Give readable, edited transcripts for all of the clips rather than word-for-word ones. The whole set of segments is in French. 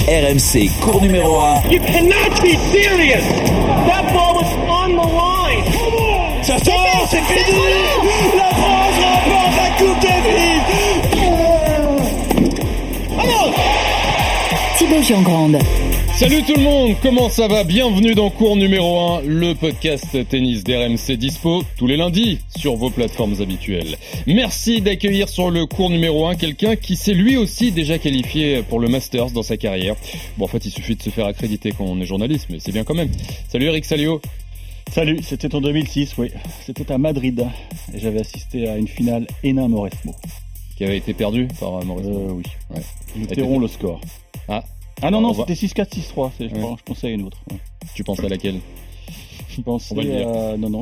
RMC, cours numéro 1. You cannot be serious. That ball was on the line. Come on. Ça sort, c'est fini. La France remporte la Coupe Davis. Vamos. Thibaut Giangrande. Salut tout le monde, comment ça va? Bienvenue dans cours numéro 1, le podcast tennis d'RMC dispo tous les lundis sur vos plateformes habituelles. Merci d'accueillir sur le cours numéro 1 quelqu'un qui s'est lui aussi déjà qualifié pour le Masters dans sa carrière. Bon, en fait, il suffit de se faire accréditer quand on est journaliste, mais c'est bien quand même. Salut Eric Salio. Salut, c'était en 2006, oui. C'était à Madrid et j'avais assisté à une finale Hénin Mauresmo. Qui avait été perdu par Mauresmo. Oui. Ouais. Nous tairons le score. Ah non, c'était 6-4, 6-3, je pensais à une autre. Ouais. Tu pensais à laquelle? Je pensais Non.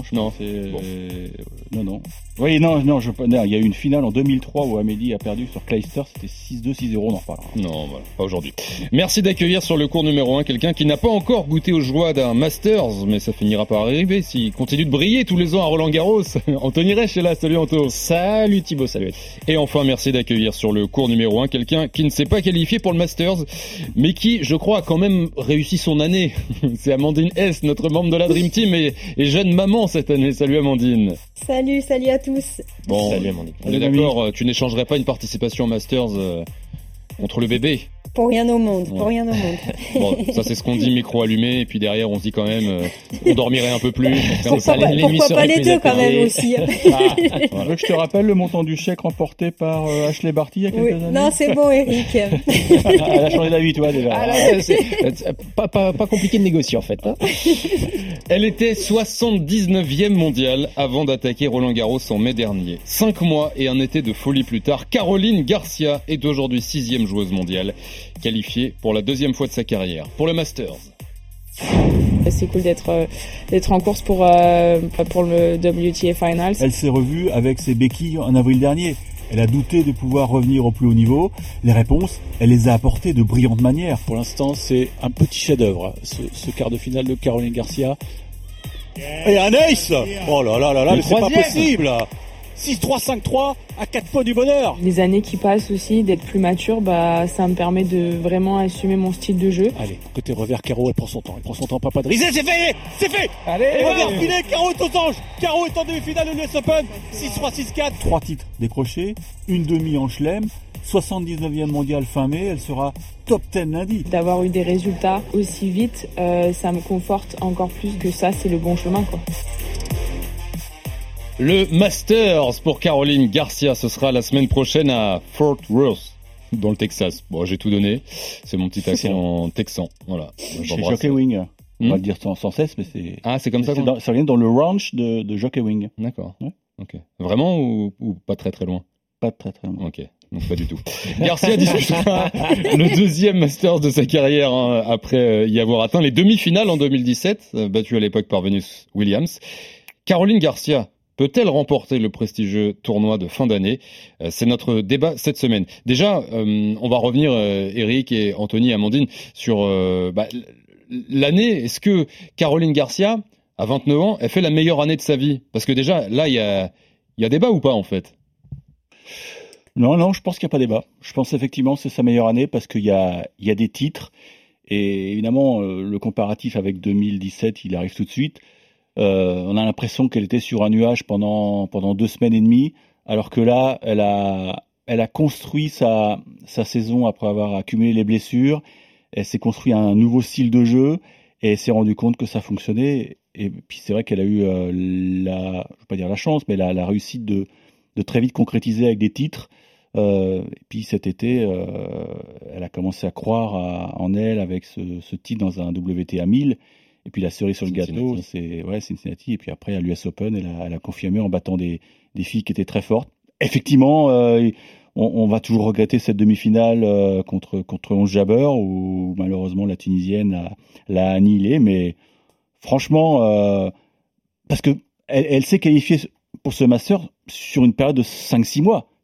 Oui, non, il y a eu une finale en 2003 où Amélie a perdu sur Clijsters, c'était 6-2, 6-0, on en reparlera. Non, voilà, pas aujourd'hui. Merci d'accueillir sur le cours numéro 1 quelqu'un qui n'a pas encore goûté aux joies d'un Masters, mais ça finira par arriver s'il continue de briller tous les ans à Roland-Garros. Anthony Reich est là, salut Anto. Salut Thibaut, salut. Et enfin, merci d'accueillir sur le cours numéro 1 quelqu'un qui ne s'est pas qualifié pour le Masters, mais qui, je crois, a quand même réussi son année. C'est Amandine S, notre membre de la Dream Team et jeune maman cette année. Salut Amandine. Salut à tous. Bon, salut Amandine. On est d'accord, tu n'échangerais pas une participation au Masters contre le bébé? Pour rien au monde, Bon, ça c'est ce qu'on dit micro allumé, et puis derrière on se dit quand même, on dormirait un peu plus. Pourquoi pas les deux quand même aussi. Voilà. Je te rappelle le montant du chèque remporté par Ashley Barty il y a quelques années. Non, c'est bon Eric. Elle a changé d'avis toi déjà. C'est pas compliqué de négocier en fait. Hein. Elle était 79e mondiale avant d'attaquer Roland-Garros en mai dernier. 5 mois et un été de folie plus tard, Caroline Garcia est aujourd'hui 6e joueuse mondiale, qualifiée pour la deuxième fois de sa carrière pour le Masters. C'est cool d'être en course pour le WTA Finals. Elle s'est revue avec ses béquilles en avril dernier. Elle a douté de pouvoir revenir au plus haut niveau. Les réponses, elle les a apportées de brillantes manières. Pour l'instant, c'est un petit chef-d'œuvre, ce quart de finale de Caroline Garcia. Et un ace. Oh là, mais c'est pas possible. 6-3, 5-3, à 4 points du bonheur. Les années qui passent aussi, d'être plus mature, ça me permet de vraiment assumer mon style de jeu. Allez, côté revers, Caro, elle prend son temps, Papa Drizé, c'est fait. Allez, et revers filé, Caro est aux anges. Caro est en demi-finale de l'US Open. 6-3, 6-4. 3 titres décrochés, une demi en chelem, 79e mondiale fin mai, elle sera top 10 lundi. D'avoir eu des résultats aussi vite, ça me conforte encore plus que ça, c'est le bon chemin, quoi. Le Masters pour Caroline Garcia, ce sera la semaine prochaine à Fort Worth, dans le Texas. Bon, j'ai tout donné. C'est mon petit accent texan. Voilà. Chez Jockey Wing. On va le dire sans cesse, mais c'est... Ah, c'est comme ça ça vient dans le ranch de Jockey Wing. D'accord. Ouais. Ok. Vraiment ou pas très très loin? Pas très très loin. Ok. Donc pas du tout. Garcia disputera le deuxième Masters de sa carrière après y avoir atteint les demi-finales en 2017, battu à l'époque par Venus Williams. Caroline Garcia peut-elle remporter le prestigieux tournoi de fin d'année? C'est notre débat cette semaine. Déjà, on va revenir, Eric et Anthony, Amandine, sur l'année. Est-ce que Caroline Garcia, à 29 ans, elle fait la meilleure année de sa vie? Parce que déjà, là, il y a débat ou pas, en fait? Non, je pense qu'il n'y a pas débat. Je pense effectivement que c'est sa meilleure année parce qu'il y a des titres. Et évidemment, le comparatif avec 2017, il arrive tout de suite. On a l'impression qu'elle était sur un nuage pendant 2 semaines et demie, alors que là, elle a construit sa saison après avoir accumulé les blessures. Elle s'est construit un nouveau style de jeu et elle s'est rendue compte que ça fonctionnait. Et puis c'est vrai qu'elle a eu je vais pas dire la chance, mais la réussite de très vite concrétiser avec des titres. Et puis cet été, elle a commencé à croire en elle avec ce titre dans un WTA 1000. Et puis la cerise sur le gâteau, c'est Cincinnati. Et puis après, à l'US Open, elle a confirmé en battant des filles qui étaient très fortes. Effectivement, on va toujours regretter cette demi-finale contre Ons Jabeur, où malheureusement la Tunisienne l'a annihilée. Mais franchement, parce que elle s'est qualifiée pour ce Master sur une période de 5-6 mois.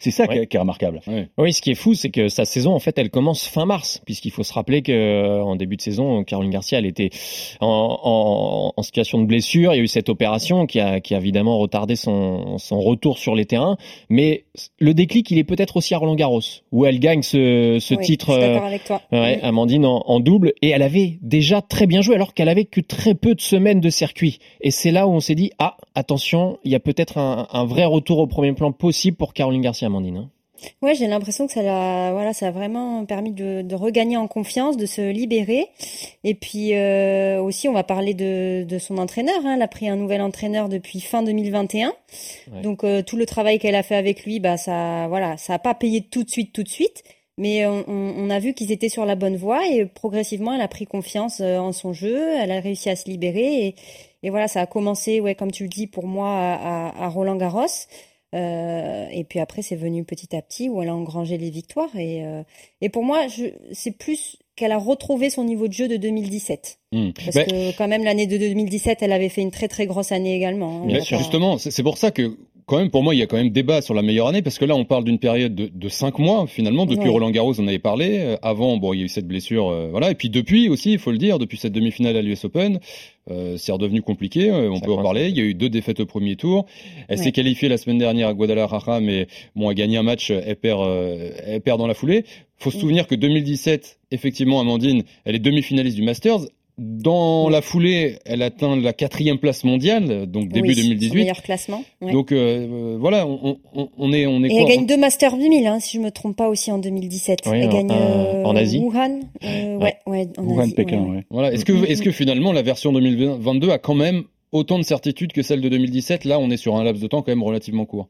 C'est ça qui est remarquable. Oui, ce qui est fou, c'est que sa saison, en fait, elle commence fin mars, puisqu'il faut se rappeler qu'en début de saison, Caroline Garcia, elle était en situation de blessure. Il y a eu cette opération qui a évidemment retardé son retour sur les terrains. Mais le déclic, il est peut-être aussi à Roland-Garros, où elle gagne ce titre. Je suis d'accord avec toi. Amandine en double, et elle avait déjà très bien joué, alors qu'elle avait que très peu de semaines de circuit. Et c'est là où on s'est dit, attention, il y a peut-être un vrai retour au premier plan possible pour Caroline Garcia. Amandine. Ouais, j'ai l'impression que ça a vraiment permis de regagner en confiance, de se libérer. Et puis aussi, on va parler de son entraîneur. Elle a pris un nouvel entraîneur depuis fin 2021. Ouais. Donc tout le travail qu'elle a fait avec lui, ça a pas payé tout de suite. Mais on a vu qu'ils étaient sur la bonne voie et progressivement, elle a pris confiance en son jeu. Elle a réussi à se libérer et voilà, ça a commencé, comme tu le dis, pour moi à Roland-Garros. Et puis après, c'est venu petit à petit où elle a engrangé les victoires. Et pour moi, c'est plus qu'elle a retrouvé son niveau de jeu de 2017. Parce que quand même, l'année de 2017, elle avait fait une très très grosse année également. Justement, c'est pour ça que quand même, pour moi, il y a quand même débat sur la meilleure année, parce que là, on parle d'une période de 5 mois, finalement. Depuis Roland-Garros, on avait parlé. Avant, il y a eu cette blessure, Et puis depuis aussi, il faut le dire, depuis cette demi-finale à l'US Open, c'est redevenu compliqué. On peut en parler. Il y a eu 2 défaites au premier tour. Elle s'est qualifiée la semaine dernière à Guadalajara, mais elle gagne un match, elle perd dans la foulée. Faut se souvenir que 2017, effectivement, Amandine, elle est demi-finaliste du Masters. Dans la foulée, elle atteint la 4e place mondiale, donc début 2018. Son meilleur classement. Ouais. Donc voilà, on est. Et elle gagne 2 Masters 2000, si je me trompe pas, aussi en 2017. Oui, elle gagne en Asie. Wuhan. En Wuhan, Asie, Pékin. Ouais. Voilà. Est-ce que finalement la version 2022 a quand même autant de certitude que celle de 2017? Là, on est sur un laps de temps quand même relativement court.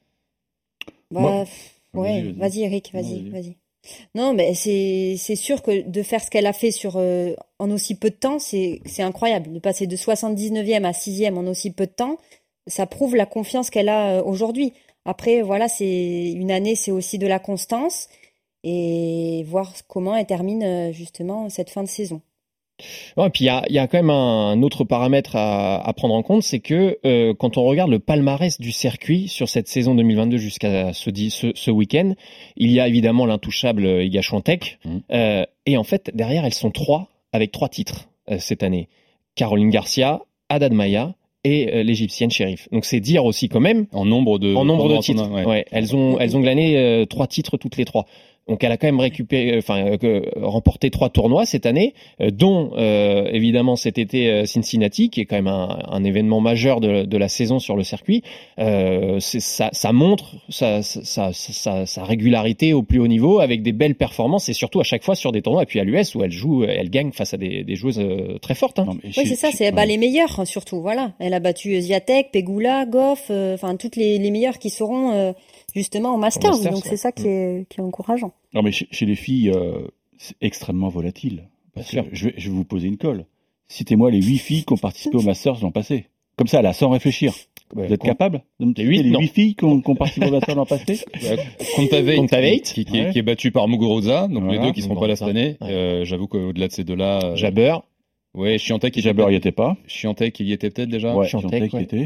Vas-y Eric, vas-y. Non, mais c'est sûr que de faire ce qu'elle a fait en aussi peu de temps, c'est incroyable. De passer de 79e à 6e en aussi peu de temps, ça prouve la confiance qu'elle a aujourd'hui. Après, voilà, c'est une année, c'est aussi de la constance et voir comment elle termine justement cette fin de saison. Et puis il y a quand même un autre paramètre à prendre en compte, c'est que quand on regarde le palmarès du circuit sur cette saison 2022 jusqu'à ce week-end, il y a évidemment l'intouchable Iga Swiatek, et en fait derrière elles sont 3 avec 3 titres cette année. Caroline Garcia, Haddad Maia et l'Égyptienne Sherif. Donc c'est dire aussi quand même en nombre de titres. Elles ont glané 3 titres toutes les 3. Donc elle a quand même remporté 3 tournois cette année, dont évidemment cet été Cincinnati, qui est quand même un événement majeur de la saison sur le circuit. Ça montre sa régularité au plus haut niveau, avec des belles performances, et surtout à chaque fois sur des tournois. Et puis à l'US où elle gagne face à des joueuses très fortes. C'est ça, elle bat les meilleurs surtout. Voilà, elle a battu Swiatek, Pegula, Goff, toutes les meilleures qui seront justement au Masters. Donc c'est ça qui est encourageant. Non, mais chez les filles, c'est extrêmement volatile. Parce que je vais vous poser une colle. Citez-moi les 8 filles qui ont participé au Masters l'an passé. Comme ça, là, sans réfléchir. Vous êtes capable de me citer les 8 filles qui ont participé au Masters l'an passé? Kontaveit, qui est battu par Muguruza, donc les deux qui ne seront pas là cette année. J'avoue qu'au-delà de ces deux-là... Jabber. Oui, Swiatek. Jabber y était pas. Swiatek, il y était peut-être déjà. Ouais, Swiatek y était.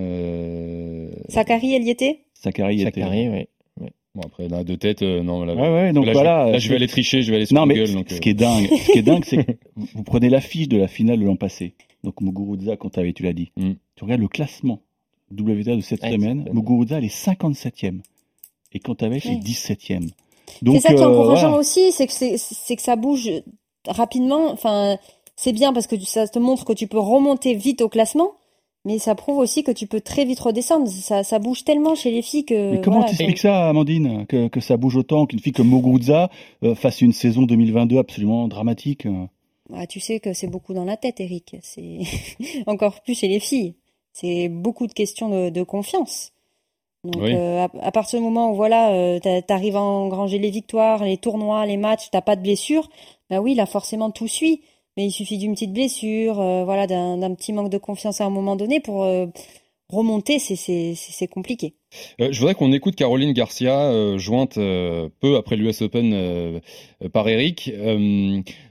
Sakkari, elle y était? Sakkari y était. Oui. Bon, après, là, de tête, non. Donc là, je vais aller tricher, je vais aller sur Google. Ce qui est dingue, c'est que vous prenez l'affiche de la finale de l'an passé. Donc, Muguruza, Kontaveit, tu l'as dit. Tu regardes le classement WTA de cette semaine. Muguruza, elle est 57e. Et Kontaveit, elle est 17e. Donc, c'est ça qui est encourageant aussi, c'est que ça bouge rapidement. Enfin, c'est bien parce que ça te montre que tu peux remonter vite au classement. Mais ça prouve aussi que tu peux très vite redescendre. Ça bouge tellement chez les filles que... Mais comment t'expliques ça, Amandine, que ça bouge autant, qu'une fille comme Muguruza fasse une saison 2022 absolument dramatique? Tu sais que c'est beaucoup dans la tête, Eric. C'est encore plus chez les filles. C'est beaucoup de questions de confiance. Donc, à partir du moment où t'arrives à engranger les victoires, les tournois, les matchs, t'as pas de blessure, oui, là forcément tout suit. Mais il suffit d'une petite blessure, d'un petit manque de confiance à un moment donné pour remonter, c'est compliqué. Je voudrais qu'on écoute Caroline Garcia, jointe peu après l'US Open par Eric.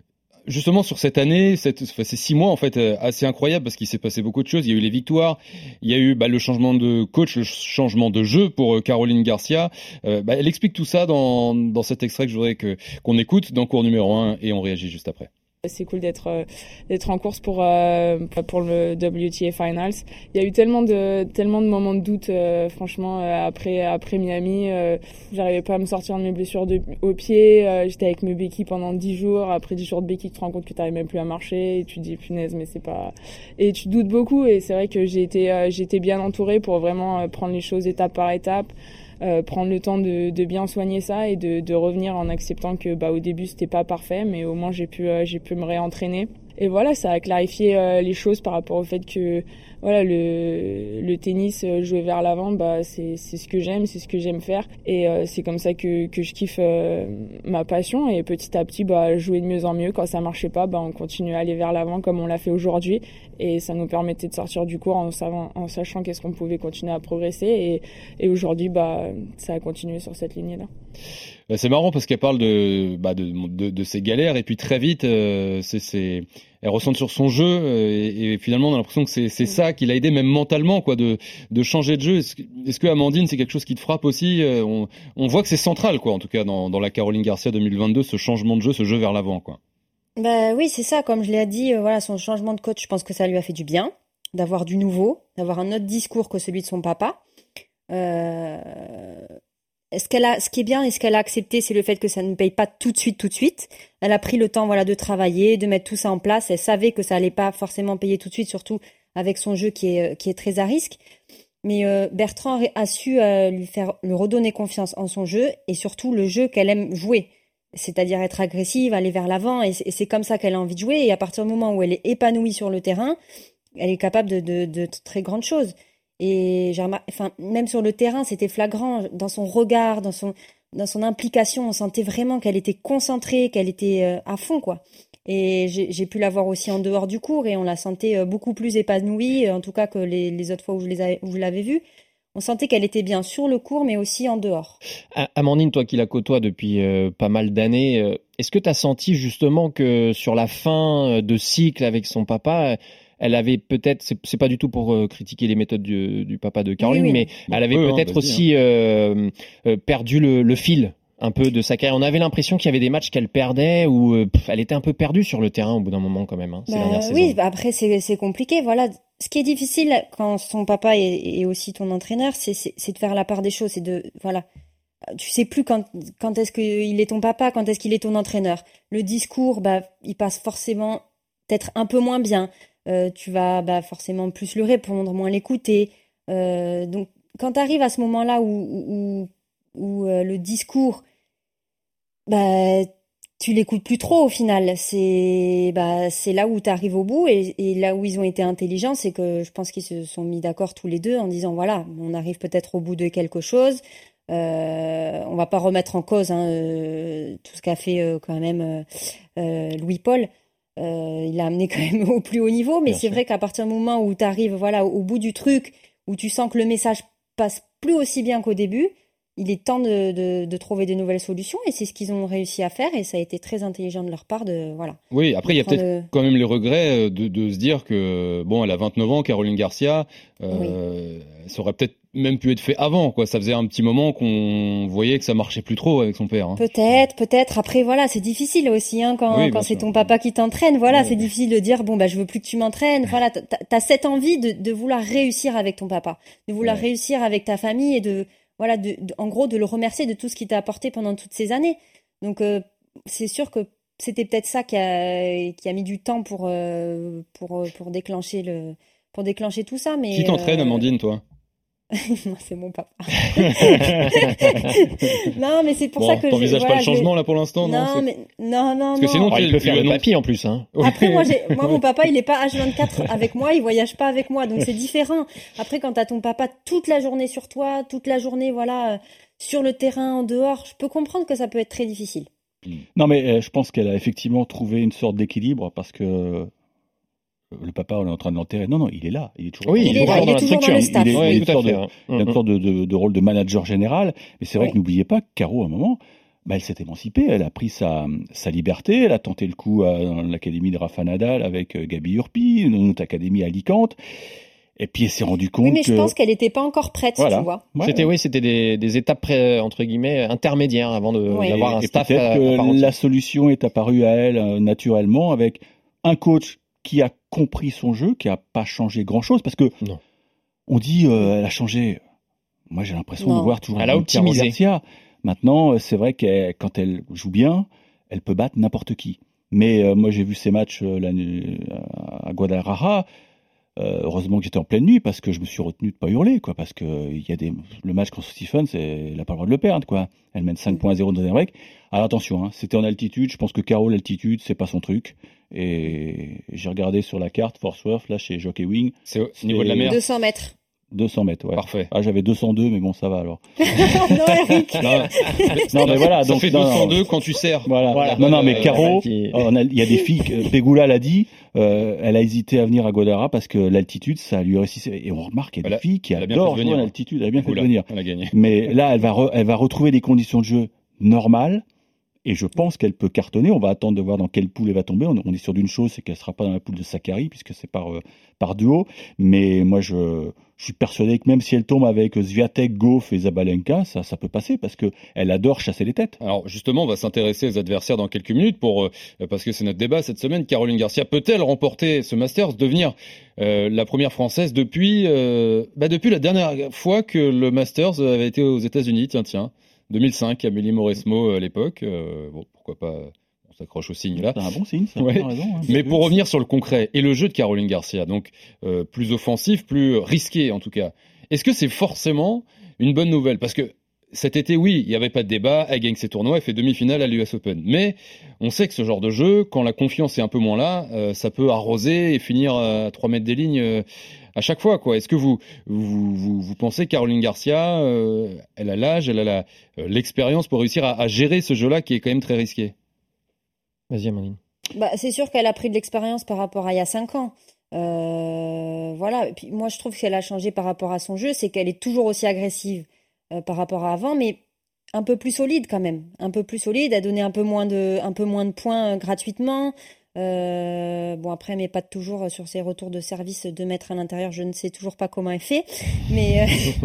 Justement, sur cette année, ces 6 mois, en fait, assez incroyable parce qu'il s'est passé beaucoup de choses. Il y a eu les victoires, il y a eu le changement de coach, le changement de jeu pour Caroline Garcia. Elle explique tout ça dans cet extrait que je voudrais qu'on écoute dans cours numéro 1 et on réagit juste après. C'est cool d'être en course pour le WTA Finals. Il y a eu tellement de moments de doute, franchement, après Miami. J'arrivais pas à me sortir de mes blessures au pied. J'étais avec mes béquilles pendant 10 jours. Après 10 jours de béquilles, tu te rends compte que t'arrives même plus à marcher. Et tu te dis, punaise, mais c'est pas... Et tu doutes beaucoup. Et c'est vrai que j'ai été bien entourée pour vraiment prendre les choses étape par étape. Prendre le temps de bien soigner ça et de revenir en acceptant que au début c'était pas parfait, mais au moins j'ai pu me réentraîner. Et voilà, ça a clarifié les choses par rapport au fait que voilà, le tennis, jouer vers l'avant, c'est ce que j'aime faire, et c'est comme ça que je kiffe ma passion. Et petit à petit, jouer de mieux en mieux. Quand ça marchait pas, on continue à aller vers l'avant comme on l'a fait aujourd'hui, et ça nous permettait de sortir du cours en sachant qu'est-ce qu'on pouvait continuer à progresser, et aujourd'hui ça a continué sur cette lignée-là. C'est marrant parce qu'elle parle de ses galères, et puis très vite elle ressent sur son jeu, et finalement on a l'impression que c'est ça qui l'a aidé même mentalement, quoi, de changer de jeu. Est-ce que Amandine, c'est quelque chose qui te frappe aussi? On voit que c'est central, quoi, en tout cas dans la Caroline Garcia 2022, ce changement de jeu, ce jeu vers l'avant, quoi. Oui, c'est ça, comme je l'ai dit, son changement de coach, je pense que ça lui a fait du bien, d'avoir du nouveau, d'avoir un autre discours que celui de son papa. Ce qui est bien et ce qu'elle a accepté, c'est le fait que ça ne paye pas tout de suite. Elle a pris le temps, de travailler, de mettre tout ça en place. Elle savait que ça allait pas forcément payer tout de suite, surtout avec son jeu qui est très à risque. Mais Bertrand a su lui redonner confiance en son jeu, et surtout le jeu qu'elle aime jouer. C'est-à-dire être agressive, aller vers l'avant, et c'est comme ça qu'elle a envie de jouer. Et à partir du moment où elle est épanouie sur le terrain, elle est capable de très grandes choses. Et même sur le terrain, c'était flagrant dans son regard, dans son implication. On sentait vraiment qu'elle était concentrée, qu'elle était à fond, quoi. Et j'ai pu la voir aussi en dehors du cours, et on la sentait beaucoup plus épanouie, en tout cas que les autres fois où je l'avais vue. On sentait qu'elle était bien sur le court, mais aussi en dehors. Amandine, toi qui la côtoies depuis pas mal d'années, est-ce que tu as senti justement que sur la fin de cycle avec son papa, elle avait peut-être, c'est pas du tout pour critiquer les méthodes du papa de Caroline, oui. Mais elle avait peut-être aussi perdu le fil un peu de sa carrière. On avait l'impression qu'il y avait des matchs qu'elle perdait, ou elle était un peu perdue sur le terrain au bout d'un moment quand même. Ces dernières saisons. Oui, après c'est compliqué. Voilà, ce qui est difficile quand son papa est aussi ton entraîneur, c'est de faire la part des choses. Tu sais plus quand est-ce qu'il est ton papa, quand est-ce qu'il est ton entraîneur. Le discours, il passe forcément peut-être un peu moins bien. Tu vas forcément plus le répondre, moins l'écouter. Donc quand tu arrives à ce moment-là où le discours, tu l'écoutes plus trop au final. C'est là où tu arrives au bout, et là où ils ont été intelligents, c'est que je pense qu'ils se sont mis d'accord tous les deux en disant voilà, on arrive peut-être au bout de quelque chose. On va pas remettre en cause tout ce qu'a fait quand même Louis-Paul. Il l'a amené quand même au plus haut niveau, mais c'est vrai qu'à partir du moment où tu arrives au bout du truc, où tu sens que le message passe plus aussi bien qu'au début, il est temps de trouver de nouvelles solutions, et c'est ce qu'ils ont réussi à faire, et ça a été très intelligent de leur part Oui, après il y a peut-être quand même les regrets de se dire que elle a 29 ans, Caroline Garcia, ça aurait peut-être même pu être fait avant, quoi. Ça faisait un petit moment qu'on voyait que ça marchait plus trop avec son père. Peut-être. Après, c'est difficile aussi, quand c'est ton papa qui t'entraîne. C'est difficile de dire je veux plus que tu m'entraînes. T'as cette envie de vouloir réussir avec ton papa, de vouloir réussir avec ta famille, et en gros de le remercier de tout ce qu'il t'a apporté pendant toutes ces années. Donc c'est sûr que c'était peut-être ça qui a mis du temps pour déclencher tout ça. Mais qui t'entraîne, Amandine, toi? Moi, c'est mon papa. Non, mais c'est pour ça que t'envisages pas le changement là pour l'instant? Non. Parce que sinon, il peut faire le papier en plus. Après, moi, mon papa, il est pas H24 avec moi, il voyage pas avec moi, donc c'est différent. Après, quand t'as ton papa toute la journée sur toi, toute la journée, sur le terrain, en dehors, je peux comprendre que ça peut être très difficile. Non, mais je pense qu'elle a effectivement trouvé une sorte d'équilibre, parce que le papa, on est en train de l'enterrer. Non, il est là. Il est toujours, il est toujours dans le staff. Il a une sorte de rôle de manager général. Mais c'est vrai que n'oubliez pas que Caro, à un moment, elle s'est émancipée, elle a pris sa liberté, elle a tenté le coup dans l'académie de Rafa Nadal avec Gabi Urpi, dans notre académie à Alicante. Et puis elle s'est rendue compte. Oui, mais je pense qu'elle n'était pas encore prête, voilà. Tu vois. Ouais. C'était des étapes entre guillemets intermédiaires avant d'avoir un staff. Peut-être que la solution est apparue à elle naturellement avec un coach qui a compris son jeu, qui a pas changé grand-chose, parce que on dit elle a changé. Moi, j'ai l'impression de voir toujours. Elle a optimisé. Garcia. Maintenant, c'est vrai que quand elle joue bien, elle peut battre n'importe qui. Mais moi, j'ai vu ces matchs à Guadalajara. Heureusement que j'étais en pleine nuit parce que je me suis retenu de pas hurler, quoi, parce que le match contre Stephen, elle n'a pas le droit de le perdre, quoi. Elle mène 5-0 dans le dernier break. Alors attention, hein, c'était en altitude. Je pense que Caro, l'altitude, c'est pas son truc. Et j'ai regardé sur la carte Fort Worth, là, chez Jockey Wing. C'est au niveau de la mer. 200 mètres. 200 mètres, ouais. Parfait. Ah, j'avais 202, mais bon, ça va alors. Non, Eric. Non, mais voilà. Ça donc, fait 202 quand tu sers. Voilà. Non, mais Caro, il y a des filles, Pegula l'a dit, elle a hésité à venir à Guadalajara parce que l'altitude, ça lui réussissait. Et on remarque qu'il y a des filles qui adorent jouer à l'altitude. Elle a bien fait venir. Elle a gagné. Mais là, elle va retrouver des conditions de jeu normales. Et je pense qu'elle peut cartonner. On va attendre de voir dans quelle poule elle va tomber. On est sûr d'une chose, c'est qu'elle sera pas dans la poule de Sakkari, puisque c'est par duo. Mais moi, je suis persuadé que même si elle tombe avec Swiatek, Gauff et Zabalenka, ça peut passer, parce que elle adore chasser les têtes. Alors justement, on va s'intéresser aux adversaires dans quelques minutes parce que c'est notre débat cette semaine. Caroline Garcia peut-elle remporter ce Masters, devenir la première Française depuis la dernière fois que le Masters avait été aux États-Unis. Tiens. 2005, Amélie Mauresmo à l'époque. Bon, pourquoi pas, on s'accroche au signe là. C'est un bon signe, ça. Ouais. Raison, hein. Mais pour revenir sur le concret et le jeu de Caroline Garcia, donc plus offensif, plus risqué en tout cas. Est-ce que c'est forcément une bonne nouvelle ? Parce que cet été, oui, il n'y avait pas de débat, elle gagne ses tournois, elle fait demi-finale à l'US Open. Mais on sait que ce genre de jeu, quand la confiance est un peu moins là, ça peut arroser et finir à 3 mètres des lignes à chaque fois, quoi. Est-ce que vous pensez que Caroline Garcia, elle a l'âge, elle a l'expérience pour réussir à gérer ce jeu-là qui est quand même très risqué ? Vas-y, Amandine. C'est sûr qu'elle a pris de l'expérience par rapport à il y a 5 ans. Voilà. Et puis moi, je trouve qu'elle a changé par rapport à son jeu, c'est qu'elle est toujours aussi agressive par rapport à avant, mais un peu plus solide quand même. Un peu plus solide, a donné un peu moins de points gratuitement. Bon, après, mais pas toujours sur ses retours de service 2 mètres à l'intérieur. Je ne sais toujours pas comment elle fait, mais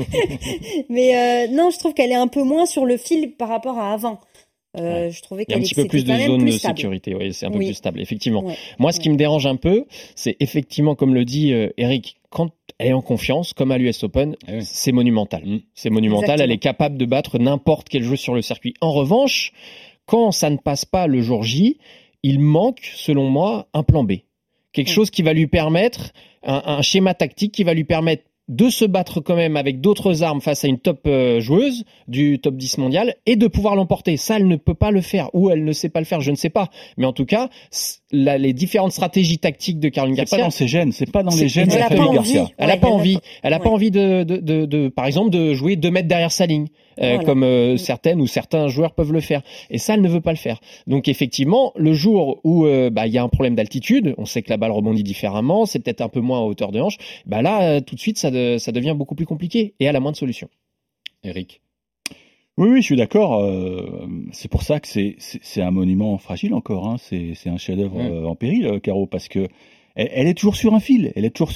non, je trouve qu'elle est un peu moins sur le fil par rapport à avant. Je trouvais qu'il y a un petit peu plus de zones de sécurité. Oui, c'est un peu plus stable, effectivement. Ouais. Moi, ce qui me dérange un peu, c'est effectivement, comme le dit Eric, quand elle est en confiance, comme à l'US Open, c'est monumental. C'est monumental. Exactement. Elle est capable de battre n'importe quel jeu sur le circuit. En revanche, quand ça ne passe pas le jour J, il manque, selon moi, un plan B. Quelque chose qui va lui permettre, un schéma tactique qui va lui permettre de se battre quand même avec d'autres armes face à une top joueuse du top 10 mondial et de pouvoir l'emporter. Ça, elle ne peut pas le faire. Ou elle ne sait pas le faire, je ne sais pas. Mais en tout cas, les différentes stratégies tactiques de Caroline Garcia... C'est pas dans ses gènes, c'est pas dans les gènes de Caroline Garcia. Elle n'a pas envie. Elle n'a pas envie de, par exemple, de jouer 2 mètres derrière sa ligne. Comme certaines ou certains joueurs peuvent le faire. Et ça, elle ne veut pas le faire. Donc effectivement, le jour où y a un problème d'altitude, on sait que la balle rebondit différemment, c'est peut-être un peu moins à hauteur de hanche, là, tout de suite, ça devient beaucoup plus compliqué et elle a moins de solutions. Eric. Oui, je suis d'accord. C'est pour ça que c'est un monument fragile encore. Hein. C'est un chef-d'œuvre en péril, Caro, parce que elle est toujours sur un fil.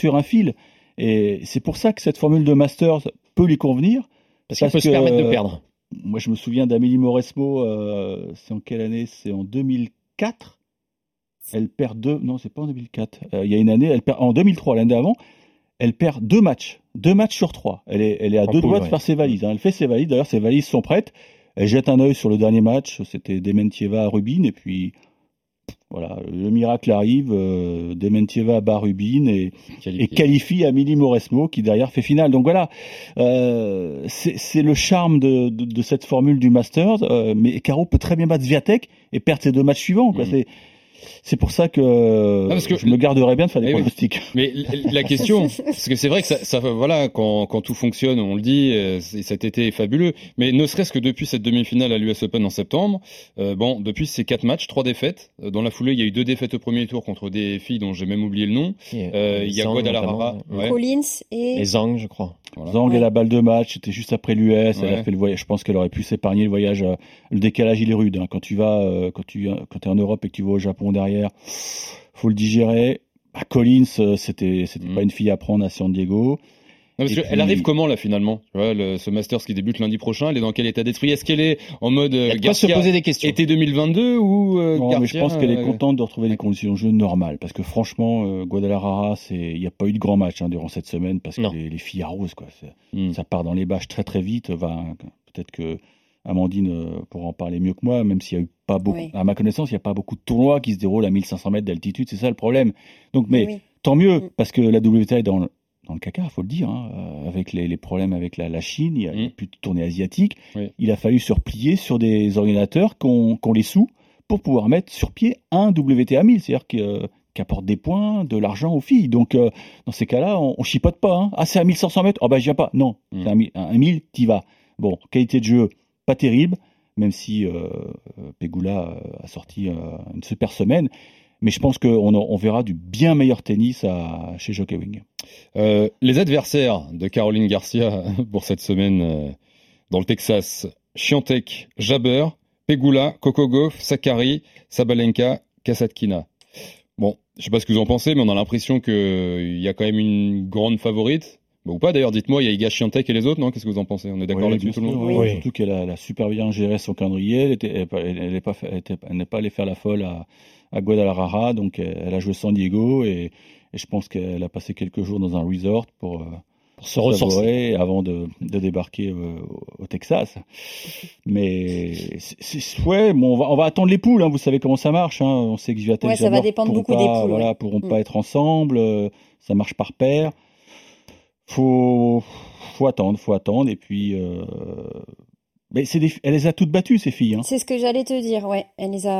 Et c'est pour ça que cette formule de Masters peut lui convenir. Parce qu'elle peut se permettre de perdre. Moi, je me souviens d'Amélie Mauresmo, c'est en quelle année ? C'est en 2004. Elle perd non, c'est pas en 2004. Il y a une année, elle perd en 2003, l'année d'avant. Elle perd 2 matchs. 2 matchs sur 3. Elle est à 2 doigts de faire ses valises. Hein. Elle fait ses valises. D'ailleurs, ses valises sont prêtes. Elle jette un œil sur le dernier match. C'était Dementieva à Rubin. Et puis, voilà, le miracle arrive. Dementieva bat Rubin et qualifie Amélie Mauresmo qui derrière fait finale. Donc voilà, c'est le charme de cette formule du Masters. Mais Caro peut très bien battre Swiatek et perdre ses 2 matchs suivants. Quoi. C'est pour ça que, parce que je me garderais bien de faire des pronostics. Mais la question, parce que c'est vrai que ça voilà, quand tout fonctionne, on le dit, cet été est fabuleux. Mais ne serait-ce que depuis cette demi-finale à l'US Open en septembre, depuis ces 4 matchs, 3 défaites. Dans la foulée, il y a eu 2 défaites au premier tour contre des filles dont j'ai même oublié le nom. Il y a Guadalajara, Collins et Zhang, je crois. Voilà. Zhang et la balle de match, c'était juste après l'US. Elle a fait le voyage. Je pense qu'elle aurait pu s'épargner le voyage. Le décalage, il est rude. Hein. Quand tu vas, quand t'es en Europe et que tu vas au Japon derrière, faut le digérer. Collins, c'était pas une fille à prendre à San Diego. Non, parce elle arrive comment là finalement, tu vois, ce Masters qui débute lundi prochain, elle est dans quel état d'esprit? Est-ce qu'elle est en mode Garcia se poser des questions. Été 2022 ou non, Garcia, mais je pense qu'elle est contente de retrouver des conditions de jeu normales, parce que franchement, Guadalajara, il n'y a pas eu de grand match durant cette semaine, parce que les filles arrosent, quoi. Ça part dans les bâches très très vite. Peut-être que Amandine pourra en parler mieux que moi, même s'il y a eu pas beaucoup, à ma connaissance, il n'y a pas beaucoup de tournois qui se déroulent à 1500 mètres d'altitude, c'est ça le problème. Donc, mais tant mieux, parce que la WTA est dans le caca, faut le dire, avec les problèmes avec la Chine, il n'y a plus de tournée asiatique. Il a fallu se replier sur des ordinateurs qu'on les sous pour pouvoir mettre sur pied un WTA 1000, c'est-à-dire qui apporte des points, de l'argent aux filles. Donc, dans ces cas-là, on chipote pas. Hein. Ah, c'est à 1500 mètres? Oh, bah, j'y viens pas. Non, c'est un 1000, t'y vas. Bon, qualité de jeu, pas terrible, même si Pegula a sorti une super semaine. Mais je pense qu'on verra du bien meilleur tennis chez Jockey Wing. Les adversaires de Caroline Garcia pour cette semaine dans le Texas, Świątek, Jabeur, Pegula, Coco Gauff, Sakkari, Sabalenka, Kasatkina. Bon, je sais pas ce que vous en pensez, mais on a l'impression qu'il y a quand même une grande favorite. Ou pas d'ailleurs, dites-moi, il y a Iga Świątek et les autres, non? Qu'est-ce que vous en pensez? On est d'accord là-dessus, tout le monde? Oui. Surtout qu'elle a super bien géré son calendrier, elle n'est pas allée faire la folle à Guadalajara, donc elle a joué San Diego et je pense qu'elle a passé quelques jours dans un resort pour se ressourcer avant de débarquer au Texas. Mais on va attendre les poules, hein, vous savez comment ça marche. Hein. On sait que Świątek ça va dépendre beaucoup des poules. Pourront pas être ensemble, ça marche par paire. Faut attendre et puis mais elle les a toutes battues, ces filles. Hein. C'est ce que j'allais te dire, ouais. Elle en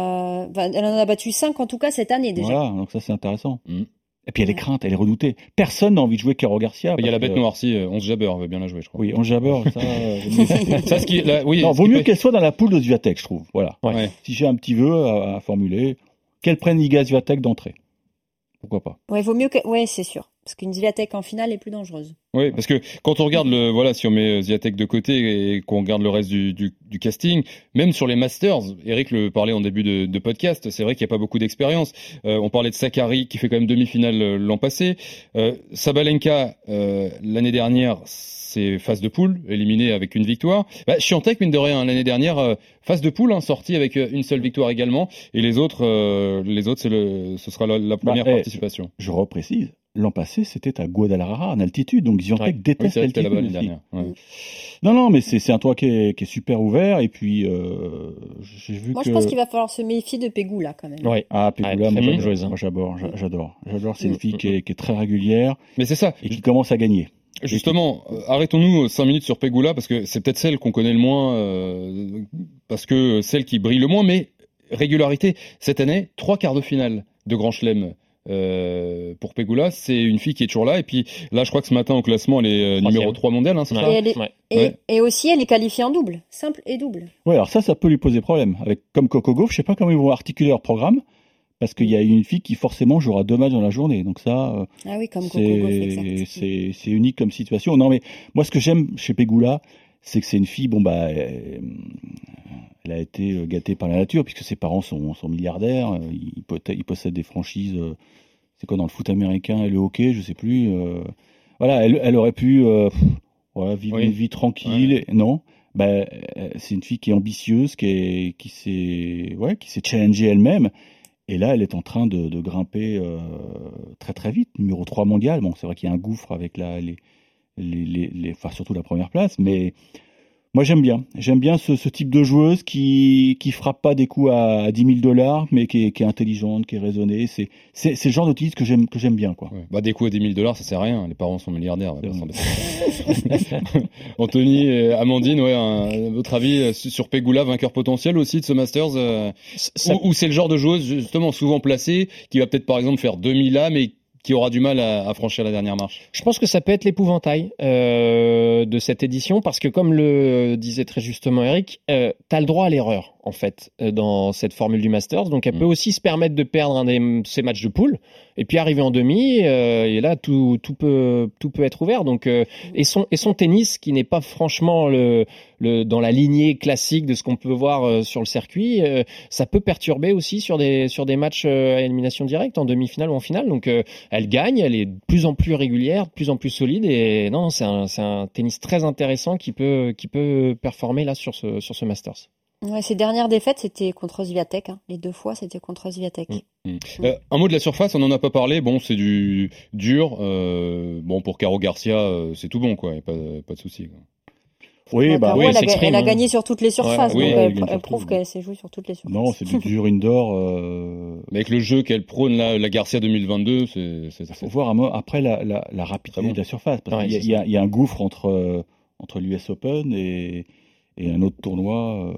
a battu 5 en tout cas cette année déjà. Voilà, donc ça c'est intéressant. Et puis elle est crainte, elle est redoutée. Personne n'a envie de jouer Caro Garcia. Il y a la bête noire, si 11 Jabeur veut bien la jouer, je crois. Oui, 11 Jabeur, ça. Non, vaut mieux qu'elle soit dans la poule de Świątek, je trouve. Voilà. Ouais. Si j'ai un petit vœu à formuler, qu'elle prenne Iga Świątek d'entrée. Pourquoi pas? Ouais, vaut mieux que. Ouais, c'est sûr. Parce qu'une Świątek en finale est plus dangereuse. Oui, parce que quand on regarde si on met Świątek de côté et qu'on regarde le reste du casting, même sur les Masters, Eric le parlait en début de podcast, c'est vrai qu'il n'y a pas beaucoup d'expérience. On parlait de Sakkari qui fait quand même demi-finale l'an passé. Sabalenka, l'année dernière, c'est phase de poule, éliminé avec une victoire. Świątek, mine de rien, l'année dernière, phase de poule, sortie avec une seule victoire également. Et les autres, ce sera la première participation. Je reprécise. L'an passé, c'était à Guadalajara, en altitude, donc Świątek déteste l'altitude. Là-bas l'année dernière. Ouais. Non, mais c'est un toit qui est super ouvert, et puis j'ai vu je pense qu'il va falloir se méfier de Pegula quand même. Oui. Ah, Pegula, moi j'adore. C'est une fille qui est très régulière. Mais c'est ça. Et qui commence à gagner. Justement, arrêtons-nous 5 minutes sur Pegula, parce que c'est peut-être celle qu'on connaît le moins, parce que celle qui brille le moins, mais régularité. Cette année, 3 quarts de finale de Grand Chelem. Pour Pegula, c'est une fille qui est toujours là. Et puis là, je crois que ce matin au classement, elle est numéro 3 mondial, c'est ça? Et aussi, elle est qualifiée en double, simple et double. Oui, alors ça peut lui poser problème. Comme Coco Gauff, je sais pas comment ils vont articuler leur programme, parce qu'il y a une fille qui forcément jouera 2 matchs dans la journée. Donc ça, comme Coco Gauff, c'est unique comme situation. Non, mais moi, ce que j'aime chez Pegula, c'est que c'est une fille, elle a été gâtée par la nature, puisque ses parents sont milliardaires, ils possèdent des franchises, c'est quoi, dans le foot américain et le hockey, je sais plus. Voilà, elle aurait pu vivre une vie tranquille. Non, c'est une fille qui est ambitieuse, qui s'est challengée elle-même. Et là, elle est en train de grimper très très vite, numéro 3 mondial. Bon, c'est vrai qu'il y a un gouffre avec surtout la première place, mais Moi, j'aime bien ce type de joueuse qui frappe pas des coups à $10,000, mais qui est intelligente, qui est raisonnée. C'est le genre de tennis que j'aime bien, quoi. Ouais. Bah, des coups à $10,000, ça sert à rien. Les parents sont milliardaires. Anthony et Amandine, votre avis sur Pegula, vainqueur potentiel aussi de ce Masters, ou c'est le genre de joueuse justement souvent placée qui va peut-être par exemple faire 2000 là, mais qui aura du mal à franchir la dernière marche. Je pense que ça peut être l'épouvantail de cette édition, parce que comme le disait très justement Eric, t'as le droit à l'erreur en fait dans cette formule du Masters, donc elle peut aussi se permettre de perdre un de ses matchs de poule et puis arriver en demi et là tout peut être ouvert. Donc et son tennis qui n'est pas franchement dans la lignée classique de ce qu'on peut voir sur le circuit, ça peut perturber aussi sur des matchs à élimination directe en demi-finale ou en finale. Donc elle gagne, elle est de plus en plus régulière, de plus en plus solide, et non, c'est un tennis très intéressant qui peut performer là sur ce Masters. Ouais, ses dernières défaites, c'était contre Swiatek. Hein. Les 2 fois, c'était contre Swiatek. Un mot de la surface, on n'en a pas parlé. Bon, c'est du dur. Bon, pour Caro Garcia, c'est tout bon, quoi. Y a pas de souci. Oui, Caro, elle a gagné sur toutes les surfaces, donc elle prouve qu'elle s'est jouée sur toutes les surfaces. Non, c'est du dur indoor. Mais avec le jeu qu'elle prône, la Garcia 2022, c'est faut voir après la rapidité de la surface. Parce qu'il y a un gouffre entre l'US Open et un autre tournoi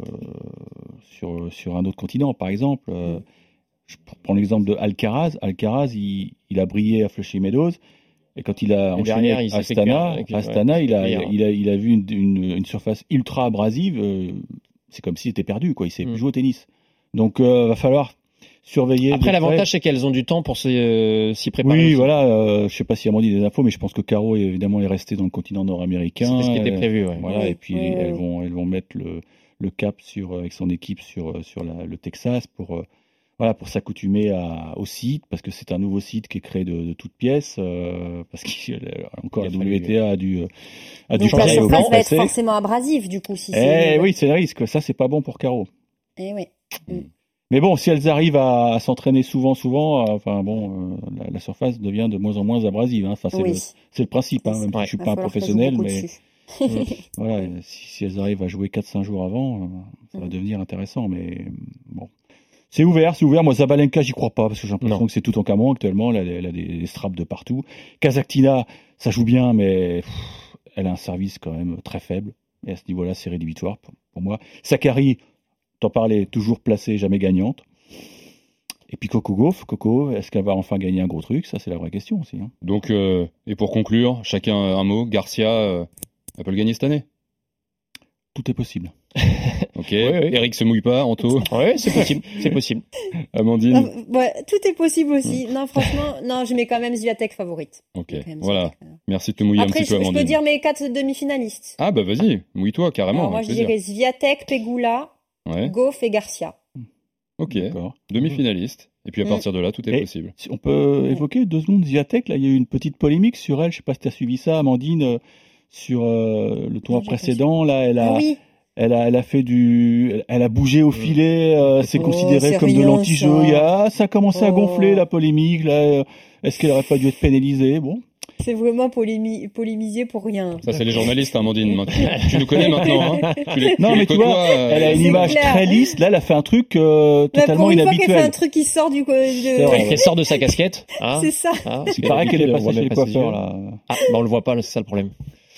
sur un autre continent, par exemple. Je prends l'exemple de Alcaraz. Alcaraz, il a brillé à Flushing Meadows, et quand il a enchaîné Astana, il a vu une surface ultra abrasive. C'est comme s'il était perdu, quoi. Il savait plus jouer au tennis. Donc, va falloir surveiller. Après, l'avantage, c'est qu'elles ont du temps pour s'y préparer. Oui, aussi. Voilà. Je sais pas si Amandine a des infos, mais je pense que Caro, évidemment, est restée dans le continent nord-américain. C'était ce qui était prévu, ouais. Voilà. Et puis, elles vont mettre le cap avec son équipe sur le Texas pour s'accoutumer au site, parce que c'est un nouveau site qui est créé de toutes pièces, parce qu'encore la WTA a dû donc la surface va être forcément abrasive, du coup. Oui, c'est le risque. Ça, c'est pas bon pour Caro. Oui. Mais bon, si elles arrivent à s'entraîner souvent, la surface devient de moins en moins abrasive. Hein. Enfin, c'est le principe. Hein. Même si je suis pas un professionnel, mais voilà, si elles arrivent à jouer 4-5 jours avant, ça va devenir intéressant. Mais bon, c'est ouvert. Moi, Zabalenka, j'y crois pas, parce que j'ai l'impression que c'est tout en camon actuellement. Elle a des straps de partout. Kasatkina, ça joue bien, mais elle a un service quand même très faible. Et à ce niveau-là, c'est rédhibitoire pour moi. Sakkari, t'en parlais, toujours placée, jamais gagnante. Et puis Coco Gauff, est-ce qu'elle va enfin gagner un gros truc? Ça, c'est la vraie question aussi. Hein. Donc, et pour conclure, chacun un mot. Garcia, elle peut le gagner cette année? Tout est possible. Ok. Oui. Eric se mouille pas, Anto? Oui, c'est possible. Amandine? Tout est possible aussi. Non, franchement, je mets quand même Swiatek favorite. Ok, voilà. Merci de te mouiller un petit peu, Amandine. Après, je peux dire mes 4 demi-finalistes. Ah bah vas-y, mouille-toi carrément. Alors, moi, je dirais Swiatek, Pegula, Gauff et Garcia. Ok, demi-finaliste. Et puis à partir de là, tout est possible. On peut évoquer 2 secondes Swiatek. Là, il y a eu une petite polémique sur elle. Je sais pas si tu as suivi ça, Amandine, sur le tournoi précédent. Là, elle a fait elle a bougé au filet. C'est considéré comme de l'anti-jeu. Ça a commencé à gonfler la polémique. Là, est-ce qu'elle aurait pas dû être pénalisée? Bon. C'est vraiment polémisé pour rien. Ça, c'est les journalistes, Amandine. Tu nous connais maintenant. Hein. Non, mais tu vois, elle a une image très lisse. Là, elle a fait un truc totalement inhabituel. Une fois qu'elle fait un truc qui sort qu'elle sort de sa casquette. Hein. C'est ça. Il paraît qu'elle est passée chez les coiffeurs, là. Ah, on le voit pas, c'est ça le problème.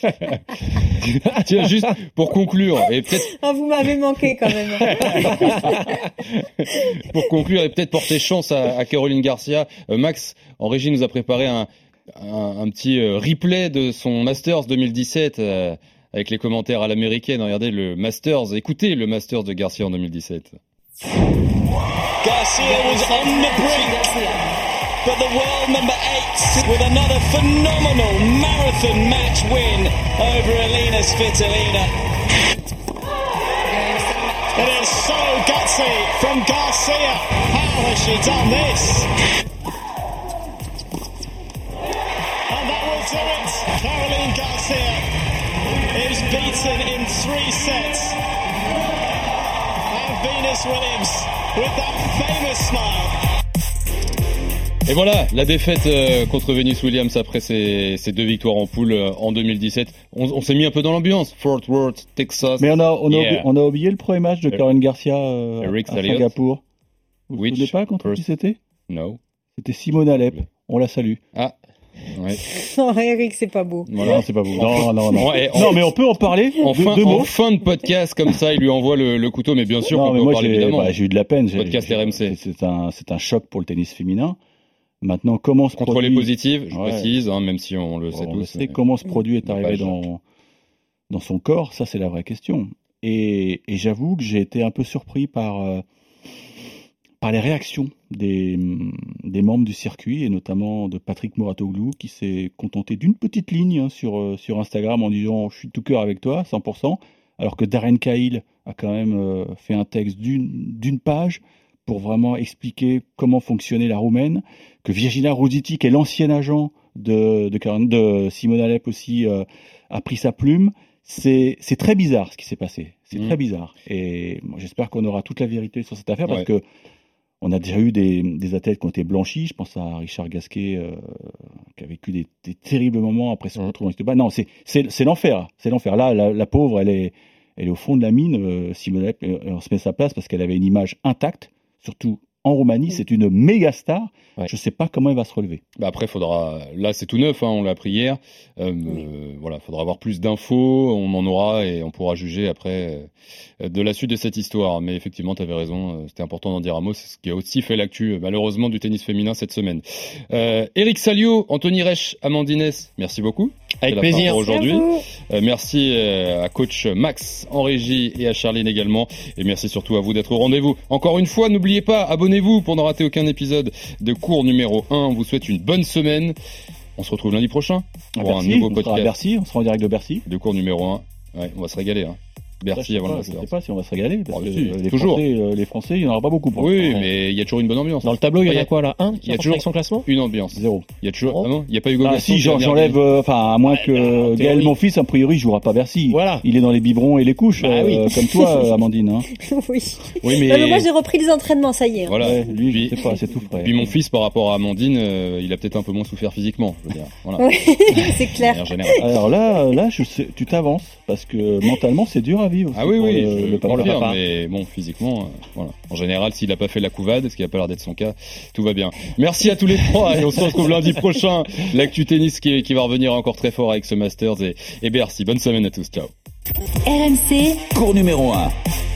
Tiens, juste pour conclure, et peut-être. Vous m'avez manqué quand même. Pour conclure et peut-être porter chance à Caroline Garcia, Max en régie nous a préparé un petit replay de son Masters 2017 avec les commentaires à l'américaine. Regardez écoutez le Masters de Garcia en 2017. Garcia was on the brink, but the world number 8 with another phenomenal marathon match win over Elina Svitolina. It is so gutsy from Garcia. How has she done this? And that will do it. Caroline Garcia is beaten in 3 sets. And Venus Williams with that famous smile. Et voilà, la défaite contre Venus Williams après ces 2 victoires en poule en 2017. On s'est mis un peu dans l'ambiance. Fort Worth, Texas. Mais on a oublié le premier match de Caroline Garcia à Singapour. Vous ne vous souvenez pas contre qui c'était? No. C'était Simone Alep. On la salue. Ah. Ouais. Non, Eric, c'est pas beau. Voilà, c'est pas beau. Non. Non, mais on peut en parler. En fin de podcast, comme ça, il lui envoie le couteau, mais bien sûr, on peut en parler évidemment. J'ai eu de la peine. Podcast RMC. C'est un choc pour le tennis féminin. Maintenant, comment ce contre produit... les positives, je précise, même si on le sait tous. Comment ce produit est arrivé dans son corps, ça c'est la vraie question. Et j'avoue que j'ai été un peu surpris par les réactions des membres du circuit, et notamment de Patrick Mouratoglou, qui s'est contenté d'une petite ligne sur Instagram en disant « je suis tout cœur avec toi, 100%», alors que Darren Cahill a quand même fait un texte d'une page pour vraiment expliquer comment fonctionnait la Roumaine, que Virginia Ruzici, qui est l'ancien agent de Simone Alep aussi, a pris sa plume. C'est très bizarre ce qui s'est passé. C'est très bizarre. Et moi, j'espère qu'on aura toute la vérité sur cette affaire, parce que on a déjà eu des athlètes qui ont été blanchis. Je pense à Richard Gasquet, qui a vécu des terribles moments après son retour dans le bas. Non, c'est l'enfer. C'est l'enfer. Là, la pauvre, elle est au fond de la mine. Simone Alep, on se met à sa place parce qu'elle avait une image intacte, surtout en Roumanie. C'est une méga star. Ouais. Je ne sais pas comment elle va se relever. Après, là, c'est tout neuf, on l'a appris hier. Voilà, faudra avoir plus d'infos, on en aura et on pourra juger après de la suite de cette histoire. Mais effectivement, tu avais raison, c'était important d'en dire un mot. C'est ce qui a aussi fait l'actu, malheureusement, du tennis féminin cette semaine. Eric Salio, Anthony Reich, Amandine, merci beaucoup. Avec plaisir. Pour aujourd'hui. Merci à coach Max en régie et à Charline également. Et merci surtout à vous d'être au rendez-vous. Encore une fois, n'oubliez pas, abonnez-vous pour ne rater aucun épisode de cours numéro 1. On vous souhaite une bonne semaine. On se retrouve lundi prochain pour un nouveau podcast. On sera à Bercy, on sera en direct de Bercy. De cours numéro 1. Ouais, on va se régaler. Bercy avant le Masters. Je ne sais pas si on va se régaler. Parce que toujours. Les Français, il n'y en aura pas beaucoup. Mais il y a toujours une bonne ambiance. Dans le tableau, il y a quoi là? Il y a toujours son classement. Une ambiance. 0. Il y a toujours. Ah non, il n'y a pas Hugo Gaston. Si j'enlève, à moins que Gaël, mon fils, a priori, jouera pas Bercy. Voilà. Il est dans les biberons et les couches, comme toi, Amandine. Oui. mais moi, j'ai repris les entraînements, ça y est. Voilà. Lui, je sais pas, c'est tout frais. Puis mon fils, par rapport à Amandine, il a peut-être un peu moins souffert physiquement. Je veux dire. Voilà. Oui, c'est clair. Alors là, tu t'avances parce que mentalement, c'est dur à vivre. Ah oui. Le papa. Mais bon, physiquement, voilà. En général, s'il n'a pas fait la couvade, ce qui n'a pas l'air d'être son cas, tout va bien. Merci à tous les trois et on se retrouve lundi prochain. L'actu tennis qui va revenir encore très fort avec ce Masters et Bercy. Bonne semaine à tous. Ciao. RMC. Cours numéro 1.